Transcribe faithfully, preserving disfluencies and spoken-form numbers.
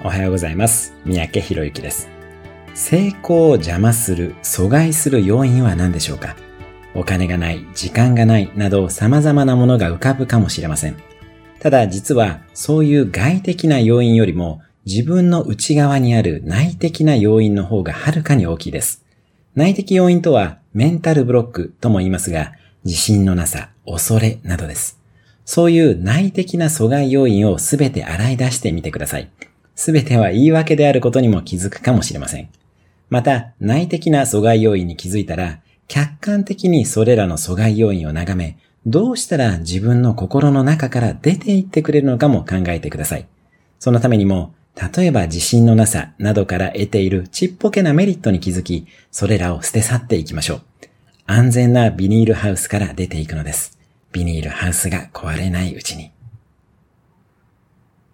おはようございます。三宅博之です。成功を邪魔する、阻害する要因は何でしょうか？お金がない、時間がないなど様々なものが浮かぶかもしれません。ただ実はそういう外的な要因よりも自分の内側にある内的な要因の方がはるかに大きいです。内的要因とはメンタルブロックとも言いますが、自信のなさ、恐れなどです。そういう内的な阻害要因をすべて洗い出してみてください。すべては言い訳であることにも気づくかもしれません。また、内的な阻害要因に気づいたら、客観的にそれらの阻害要因を眺め、どうしたら自分の心の中から出ていってくれるのかも考えてください。そのためにも、例えば自信のなさなどから得ているちっぽけなメリットに気づき、それらを捨て去っていきましょう。安全なビニールハウスから出ていくのです。ビニールハウスが壊れないうちに。